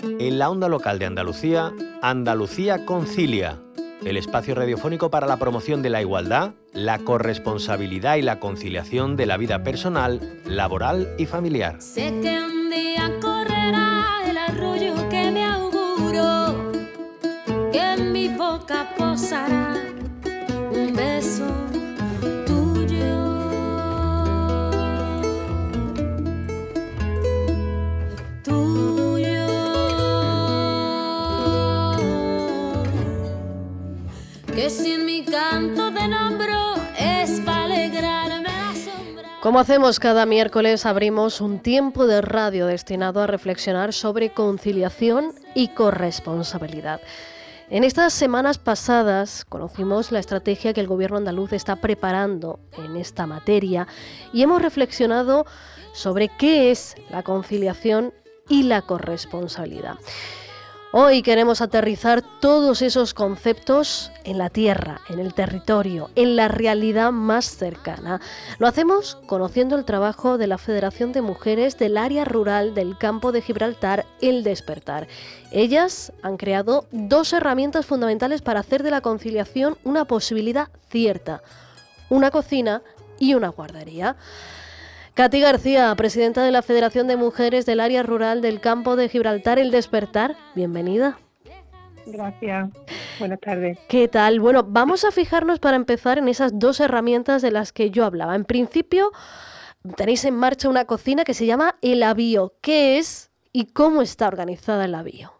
En la onda local de Andalucía, Andalucía Concilia, el espacio radiofónico para la promoción de la igualdad, la corresponsabilidad y la conciliación de la vida personal, laboral y familiar. Sé que un día correrá el arroyo que me auguro, que en mi boca posará un beso tuyo. Tuyo. Que sin mi canto de nombro es para alegrarme la sombra. Como hacemos cada miércoles, abrimos un tiempo de radio destinado a reflexionar sobre conciliación y corresponsabilidad. En estas semanas pasadas conocimos la estrategia que el gobierno andaluz está preparando en esta materia y hemos reflexionado sobre qué es la conciliación y la corresponsabilidad. Hoy queremos aterrizar todos esos conceptos en la tierra, en el territorio, en la realidad más cercana. Lo hacemos conociendo el trabajo de la Federación de Mujeres del Área Rural del Campo de Gibraltar, El Despertar. Ellas han creado dos herramientas fundamentales para hacer de la conciliación una posibilidad cierta: una cocina y una guardería. Katy García, presidenta de la Federación de Mujeres del Área Rural del Campo de Gibraltar, El Despertar, bienvenida. Gracias. Buenas tardes. ¿Qué tal? Bueno, vamos a fijarnos para empezar en esas dos herramientas de las que yo hablaba. En principio, tenéis en marcha una cocina que se llama El Avío. ¿Qué es y cómo está organizada El Avío?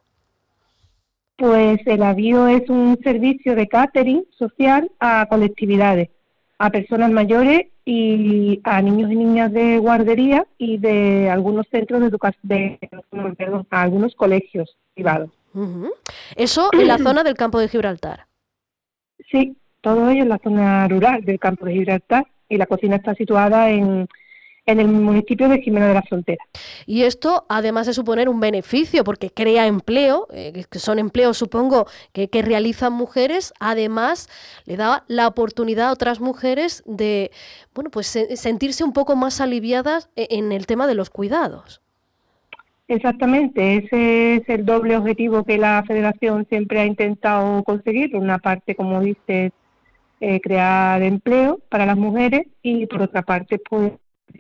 Pues El Avío es un servicio de catering social a colectividades, a personas mayores y a niños y niñas de guardería y de algunos centros de educación, a algunos colegios privados. Uh-huh. Eso en la zona del Campo de Gibraltar. Sí, todo ello en la zona rural del Campo de Gibraltar, y la cocina está situada en el municipio de Jimena de la Frontera. Y esto, además de suponer un beneficio, porque crea empleo, que son empleos, supongo, que realizan mujeres, además le da la oportunidad a otras mujeres de, bueno, pues sentirse un poco más aliviadas en el tema de los cuidados. Exactamente, ese es el doble objetivo que la Federación siempre ha intentado conseguir. Por una parte, como dices, crear empleo para las mujeres, y por otra parte, pues...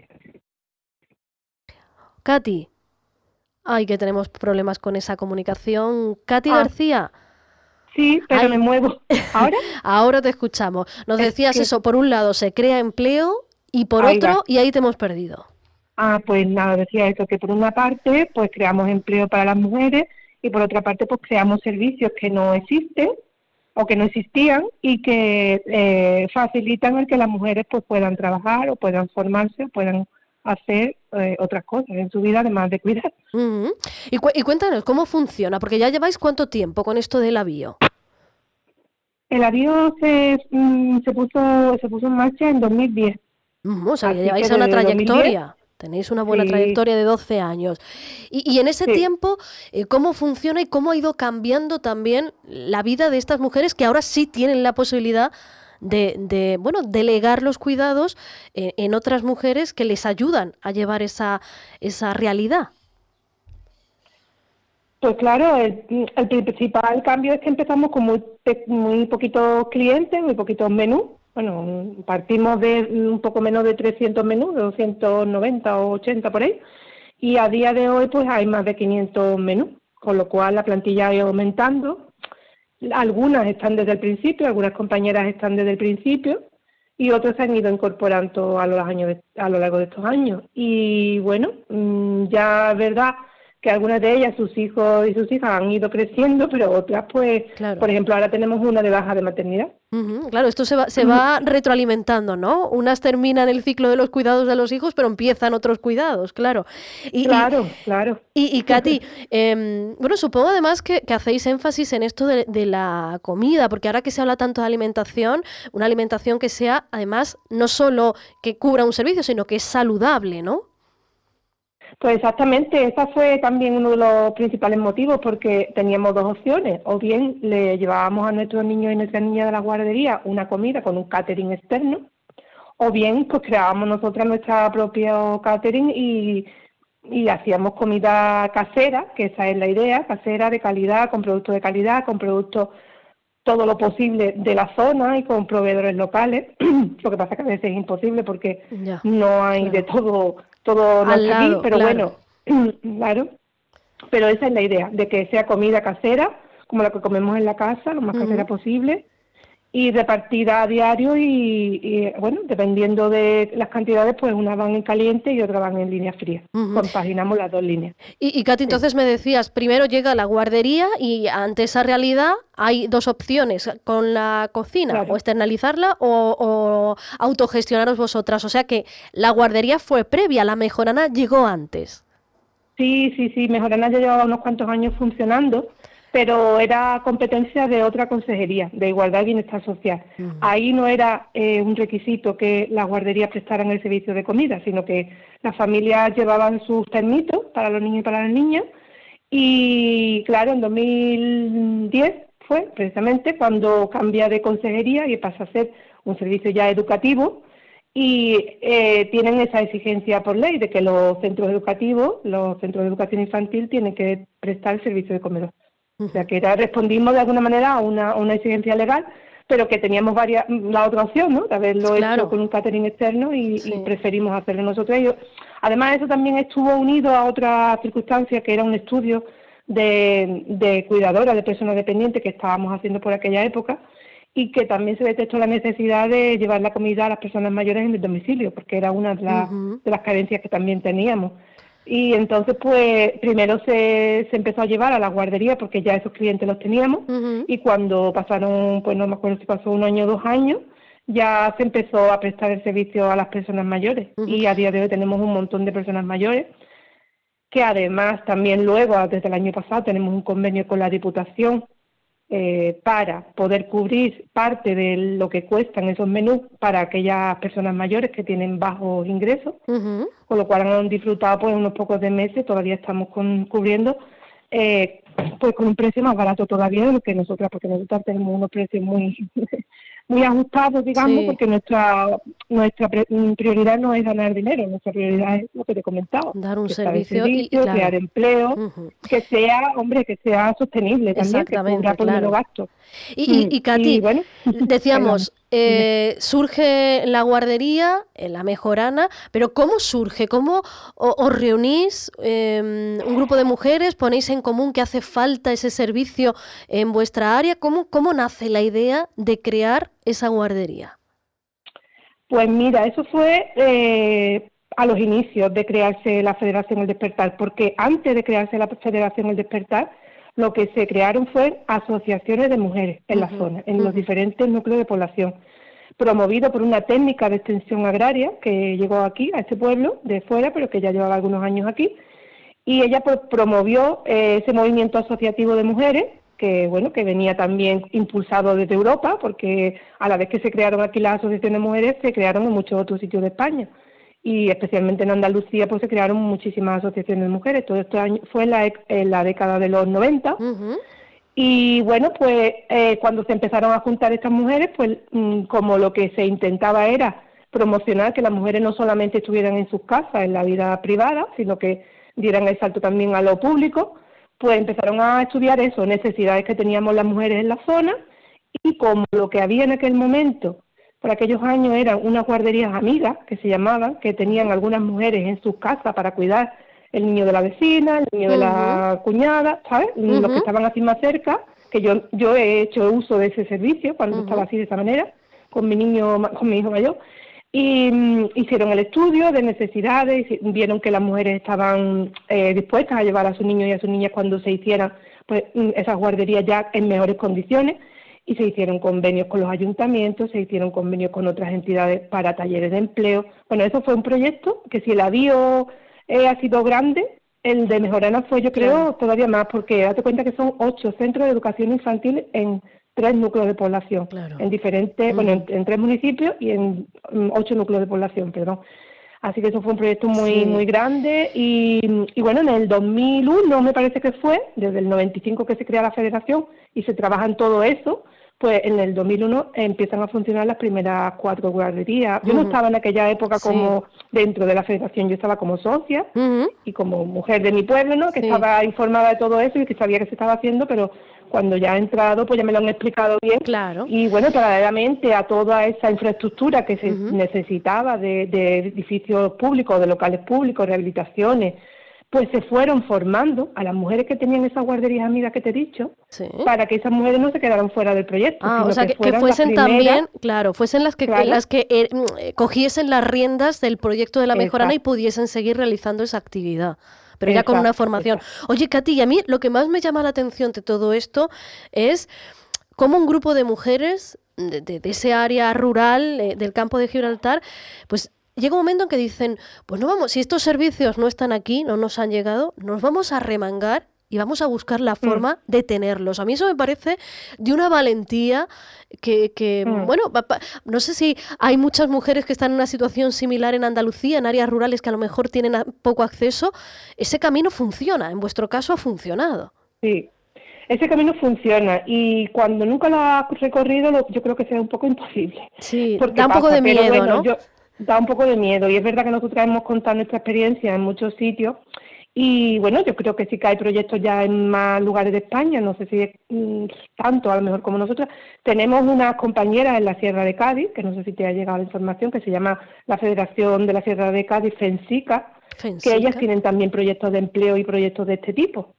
Katy, ay, que tenemos problemas con esa comunicación. Katy García. Sí, pero me muevo. ¿Ahora? Ahora te escuchamos. Nos decías eso, por un lado se crea empleo y por otro, y ahí te hemos perdido. Pues nada, decía eso, que por una parte pues creamos empleo para las mujeres, y por otra parte pues creamos servicios que no existen o que no existían, y que facilitan el que las mujeres pues puedan trabajar o puedan formarse o puedan hacer otras cosas en su vida además de cuidar. Uh-huh. Y cuéntanos cómo funciona, porque ya lleváis ¿cuánto tiempo con esto del Avío? El Avío se puso en marcha en 2010. O sea, ya lleváis una trayectoria. 2010, tenéis una buena trayectoria de 12 años. Y en ese tiempo, ¿cómo funciona y cómo ha ido cambiando también la vida de estas mujeres que ahora sí tienen la posibilidad de delegar los cuidados en otras mujeres que les ayudan a llevar esa realidad? Pues claro, el principal cambio es que empezamos con muy poquitos clientes, muy poquitos menús. Bueno, partimos de un poco menos de 300 menús, de 290 o 80 por ahí, y a día de hoy pues hay más de 500 menús, con lo cual la plantilla ha ido aumentando. Algunas están desde el principio, algunas compañeras están desde el principio, y otras se han ido incorporando a lo largo de estos años. Y bueno, ya es verdad que algunas de ellas, sus hijos y sus hijas, han ido creciendo, pero otras pues, claro. Por ejemplo, ahora tenemos una de baja de maternidad. Uh-huh, claro, esto se va retroalimentando, ¿no? Unas terminan el ciclo de los cuidados de los hijos, pero empiezan otros cuidados, claro. Claro. Y Katy, supongo además que hacéis énfasis en esto de la comida, porque ahora que se habla tanto de alimentación, una alimentación que sea, además, no solo que cubra un servicio, sino que es saludable, ¿no? Pues exactamente, ese fue también uno de los principales motivos, porque teníamos dos opciones: o bien le llevábamos a nuestros niños y nuestras niñas de la guardería una comida con un catering externo, o bien pues creábamos nosotras nuestra propia catering y y hacíamos comida casera, que esa es la idea, casera, de calidad, con productos de calidad, con productos todo lo posible de la zona y con proveedores locales. Lo que pasa que a veces es imposible porque Ya, no hay claro. de todo no Al está aquí, lado, pero claro. bueno, claro. Pero esa es la idea, de que sea comida casera, como la que comemos en la casa, lo más casera Ujú. posible, y repartida a diario bueno, dependiendo de las cantidades, pues unas van en caliente y otras van en línea fría. Ujú. Compaginamos las dos líneas. Y Katy, Sí, entonces me decías, primero llega la guardería y ante esa realidad hay dos opciones, con la cocina, o claro. externalizarla o autogestionaros vosotras. O sea que la guardería fue previa, la Mejorana llegó antes. Sí, Mejorana ya llevaba unos cuantos años funcionando, pero era competencia de otra consejería, de Igualdad y Bienestar Social. Ujú. Ahí no era un requisito que las guarderías prestaran el servicio de comida, sino que las familias llevaban sus termitos para los niños y para las niñas. Y claro, en 2010 fue precisamente cuando cambia de consejería y pasa a ser un servicio ya educativo, y tienen esa exigencia por ley de que los centros educativos, los centros de educación infantil, tienen que prestar el servicio de comedor. O sea, que respondimos de alguna manera a una exigencia legal, pero que teníamos la otra opción, ¿no?, de haberlo hecho Claro, con un catering externo y sí. preferimos hacerlo nosotros. Además, eso también estuvo unido a otra circunstancia, que era un estudio de cuidadoras, de personas dependientes que estábamos haciendo por aquella época, y que también se detectó la necesidad de llevar la comida a las personas mayores en el domicilio, porque era una Ujú. de las carencias que también teníamos. Y entonces, pues, primero se empezó a llevar a la guardería, porque ya esos clientes los teníamos, Ujú. y cuando pasaron, pues no me acuerdo si pasó 1 año o 2 años, ya se empezó a prestar el servicio a las personas mayores. Ujú. Y a día de hoy tenemos un montón de personas mayores, que además también luego, desde el año pasado, tenemos un convenio con la Diputación para poder cubrir parte de lo que cuestan esos menús para aquellas personas mayores que tienen bajos ingresos, Ujú. con lo cual han disfrutado pues unos pocos de meses, todavía estamos cubriendo pues con un precio más barato todavía de lo que nosotras, porque nosotras tenemos unos precios muy muy ajustados, digamos, Sí, porque nuestra prioridad no es ganar dinero, nuestra prioridad es lo que te comentaba, dar un prestar el servicio y servicio, crear claro. empleo, Ujú. que sea, hombre, que sea sostenible también, que cubra Exactamente, por menos claro. gastos. Y Y Katy, bueno, ahí vamos. decíamos, Dime. surge la guardería, en la Mejorana, pero ¿cómo surge? ¿Cómo os reunís, un grupo de mujeres, ponéis en común que hace falta ese servicio en vuestra área? ¿Cómo nace la idea de crear esa guardería? Pues mira, eso fue a los inicios de crearse la Federación El Despertar, porque antes de crearse la Federación El Despertar, lo que se crearon fue asociaciones de mujeres en la Ujú, zona, en los ujú, diferentes núcleos de población, promovido por una técnica de extensión agraria que llegó aquí, a este pueblo, de fuera, pero que ya llevaba algunos años aquí, y ella pues promovió ese movimiento asociativo de mujeres, que bueno, que venía también impulsado desde Europa, porque a la vez que se crearon aquí las asociaciones de mujeres, se crearon en muchos otros sitios de España, y especialmente en Andalucía pues se crearon muchísimas asociaciones de mujeres. Todo esto fue en la década de los 90, ujú, y bueno, pues cuando se empezaron a juntar estas mujeres, pues como lo que se intentaba era promocionar que las mujeres no solamente estuvieran en sus casas, en la vida privada, sino que dieran el salto también a lo público, pues empezaron a estudiar eso, necesidades que teníamos las mujeres en la zona, y como lo que había en aquel momento, por aquellos años, eran unas guarderías amigas, que se llamaban, que tenían algunas mujeres en sus casas para cuidar el niño de la vecina, el niño de ujú, la cuñada, ¿sabes? Los que ujú, estaban así más cerca, que yo he hecho uso de ese servicio cuando estaba ujú. así de esa manera, con mi niño, con mi hijo mayor, y hicieron el estudio de necesidades, y vieron que las mujeres estaban dispuestas a llevar a sus niños y a sus niñas cuando se hicieran pues esas guarderías ya en mejores condiciones, y se hicieron convenios con los ayuntamientos, se hicieron convenios con otras entidades para talleres de empleo. Bueno, eso fue un proyecto que, si el avío ha sido grande, el de Mejorana fue, yo Claro. creo, todavía más, porque date cuenta que son 8 centros de educación infantil en 3 núcleos de población, Claro. en diferentes, bueno, Ujú. en 3 municipios y en 8 núcleos de población, perdón. Así que eso fue un proyecto muy Sí. muy grande, y bueno, en el 2001 me parece que fue, desde el 95 que se crea la federación y se trabaja en todo eso, pues en el 2001 empiezan a funcionar las primeras 4 guarderías. Yo no estaba en aquella época como dentro de la federación, yo estaba como socia y como mujer de mi pueblo, ¿no? Que estaba informada de todo eso y que sabía que se estaba haciendo, pero cuando ya he entrado, pues ya me lo han explicado bien. Claro. Y bueno, paralelamente a toda esa infraestructura que se necesitaba de edificios públicos, de locales públicos, rehabilitaciones, pues se fueron formando a las mujeres que tenían esas guarderías amigas que te he dicho, para que esas mujeres no se quedaran fuera del proyecto. Ah, sino o sea, que fuesen también, claro, fuesen las que cogiesen las riendas del proyecto de la Mejorana y pudiesen seguir realizando esa actividad. Pero ya con una formación. Oye, Katy, y a mí lo que más me llama la atención de todo esto es cómo un grupo de mujeres de ese área rural del campo de Gibraltar, pues llega un momento en que dicen, pues no vamos, si estos servicios no están aquí, no nos han llegado, nos vamos a remangar y vamos a buscar la forma de tenerlos. A mí eso me parece de una valentía que bueno, no sé si hay muchas mujeres que están en una situación similar en Andalucía, en áreas rurales que a lo mejor tienen poco acceso. Ese camino funciona, en vuestro caso ha funcionado. Sí, ese camino funciona y cuando nunca lo has recorrido, yo creo que será un poco imposible. Sí, da un poco de miedo, bueno, ¿no? Da un poco de miedo y es verdad que nosotros hemos contado nuestra experiencia en muchos sitios y bueno, yo creo que sí que hay proyectos ya en más lugares de España, no sé si es tanto a lo mejor como nosotros. Tenemos unas compañeras en la Sierra de Cádiz, que no sé si te ha llegado la información, que se llama la Federación de la Sierra de Cádiz, FENSICA, que ellas tienen también proyectos de empleo y proyectos de este tipo.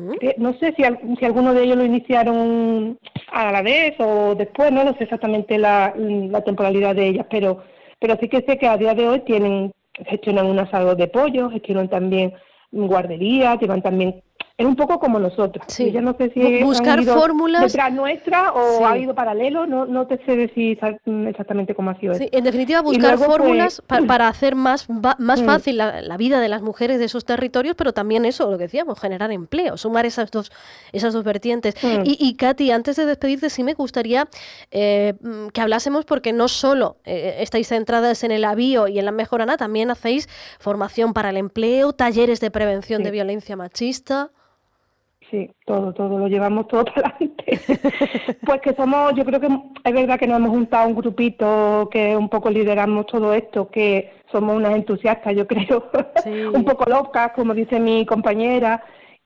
No sé si alguno de ellos lo iniciaron a la vez o después, no sé exactamente la temporalidad de ellas, pero sí que sé que a día de hoy gestionan un asado de pollo, gestionan también guarderías, llevan también, es un poco como nosotros. Sí. Ya no sé si buscar fórmulas detrás nuestra o ha ido paralelo, no te sé decir exactamente cómo ha sido eso. Sí, en definitiva buscar luego, fórmulas para hacer más fácil la vida de las mujeres de esos territorios, pero también eso, lo que decíamos, generar empleo, sumar esas dos vertientes. Y Katy, antes de despedirte, sí me gustaría que hablásemos, porque no solo estáis centradas en el avío y en la Mejorana, también hacéis formación para el empleo, talleres de prevención de violencia machista. Sí, todo lo llevamos todo para adelante. Pues que yo creo que es verdad que nos hemos juntado un grupito que un poco lideramos todo esto, que somos unas entusiastas, yo creo, un poco locas, como dice mi compañera,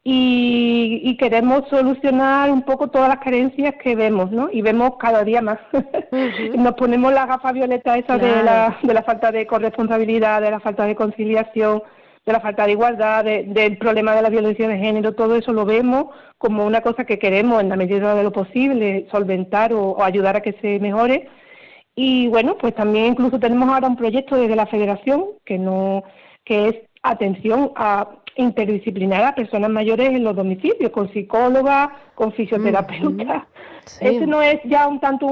y queremos solucionar un poco todas las carencias que vemos, ¿no? Y vemos cada día más. Nos ponemos la gafa violeta esa de la falta de corresponsabilidad, de la falta de conciliación, de la falta de igualdad, del problema de la violencia de género. Todo eso lo vemos como una cosa que queremos, en la medida de lo posible, solventar o ayudar a que se mejore. Y bueno, pues también incluso tenemos ahora un proyecto desde la Federación que es atención interdisciplinar a personas mayores en los domicilios, con psicólogas, con fisioterapeutas. Ese no es ya un tanto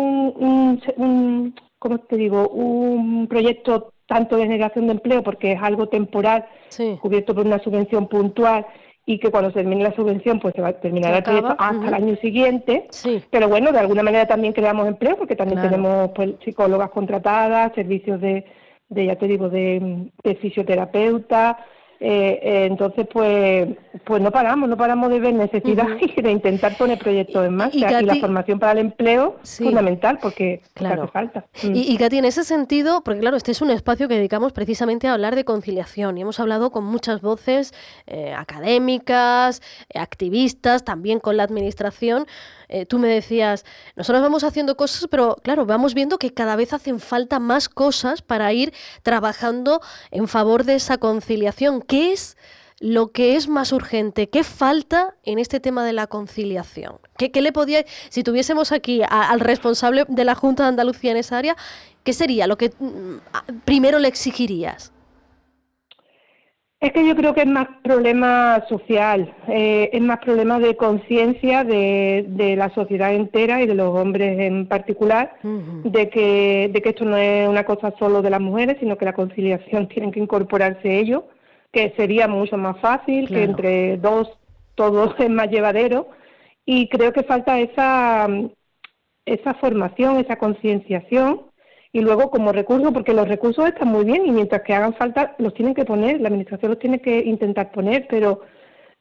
¿cómo te digo? Un proyecto tanto de generación de empleo, porque es algo temporal, cubierto por una subvención puntual, y que cuando se termine la subvención pues se va a terminar el proyecto hasta el año siguiente. Pero bueno, de alguna manera también creamos empleo, porque también tenemos pues psicólogas contratadas, servicios de fisioterapeuta. Entonces pues no paramos de ver necesidad y de intentar poner proyectos en marcha, y la formación para el empleo es fundamental porque hace falta. Y Katy, en ese sentido, porque claro, este es un espacio que dedicamos precisamente a hablar de conciliación y hemos hablado con muchas voces académicas, activistas, también con la administración. Tú me decías, nosotros vamos haciendo cosas, pero claro, vamos viendo que cada vez hacen falta más cosas para ir trabajando en favor de esa conciliación. ¿Qué es lo que es más urgente? ¿Qué falta en este tema de la conciliación? ¿Qué le podía, si tuviésemos aquí al responsable de la Junta de Andalucía en esa área, qué sería lo que primero le exigirías? Es que yo creo que es más problema social, es más problema de conciencia de la sociedad entera y de los hombres en particular, de que esto no es una cosa solo de las mujeres, sino que la conciliación tienen que incorporarse ellos, que sería mucho más fácil, que entre dos todo es más llevadero, y creo que falta esa formación, esa concienciación. Y luego como recurso, porque los recursos están muy bien y mientras que hagan falta los tienen que poner, la administración los tiene que intentar poner, pero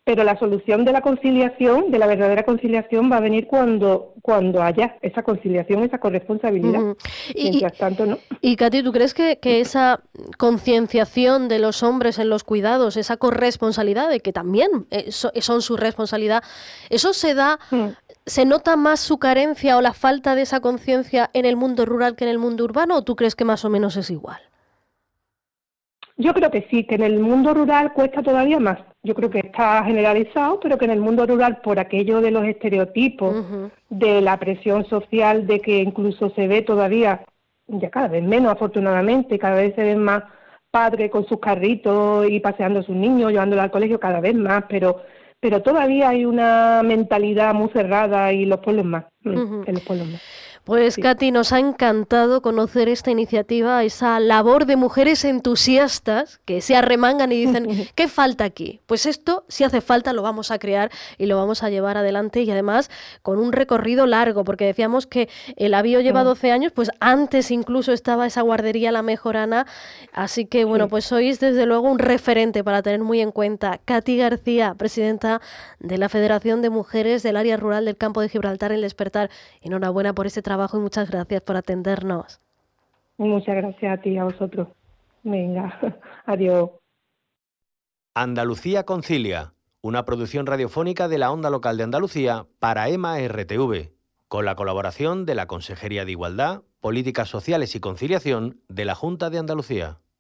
pero la solución de la conciliación, de la verdadera conciliación, va a venir cuando haya esa conciliación, esa corresponsabilidad. Mientras tanto, ¿no? Y Katy, ¿tú crees que esa concienciación de los hombres en los cuidados, esa corresponsabilidad de que también son su responsabilidad, eso se da, se nota más su carencia o la falta de esa conciencia en el mundo rural que en el mundo urbano, o tú crees que más o menos es igual? Yo creo que sí, que en el mundo rural cuesta todavía más. Yo creo que está generalizado, pero que en el mundo rural, por aquello de los estereotipos, de la presión social, de que incluso se ve todavía, ya cada vez menos afortunadamente, cada vez se ven más padres con sus carritos y paseando a sus niños, llevándolos al colegio, cada vez más, pero todavía hay una mentalidad muy cerrada y los pueblos más, en los pueblos más. Pues sí. Katy, nos ha encantado conocer esta iniciativa, esa labor de mujeres entusiastas que se arremangan y dicen, ¿qué falta aquí? Pues esto, si hace falta, lo vamos a crear y lo vamos a llevar adelante, y además con un recorrido largo, porque decíamos que el avío lleva 12 años, pues antes incluso estaba esa guardería La Mejorana, así que bueno, pues sois desde luego un referente para tener muy en cuenta. Katy García, presidenta de la Federación de Mujeres del Área Rural del Campo de Gibraltar, El Despertar, enhorabuena por este trabajo y muchas gracias por atendernos. Muchas gracias a ti, a vosotros. Venga, adiós. Andalucía Concilia, una producción radiofónica de la Onda Local de Andalucía para EMA RTV, con la colaboración de la Consejería de Igualdad, Políticas Sociales y Conciliación de la Junta de Andalucía.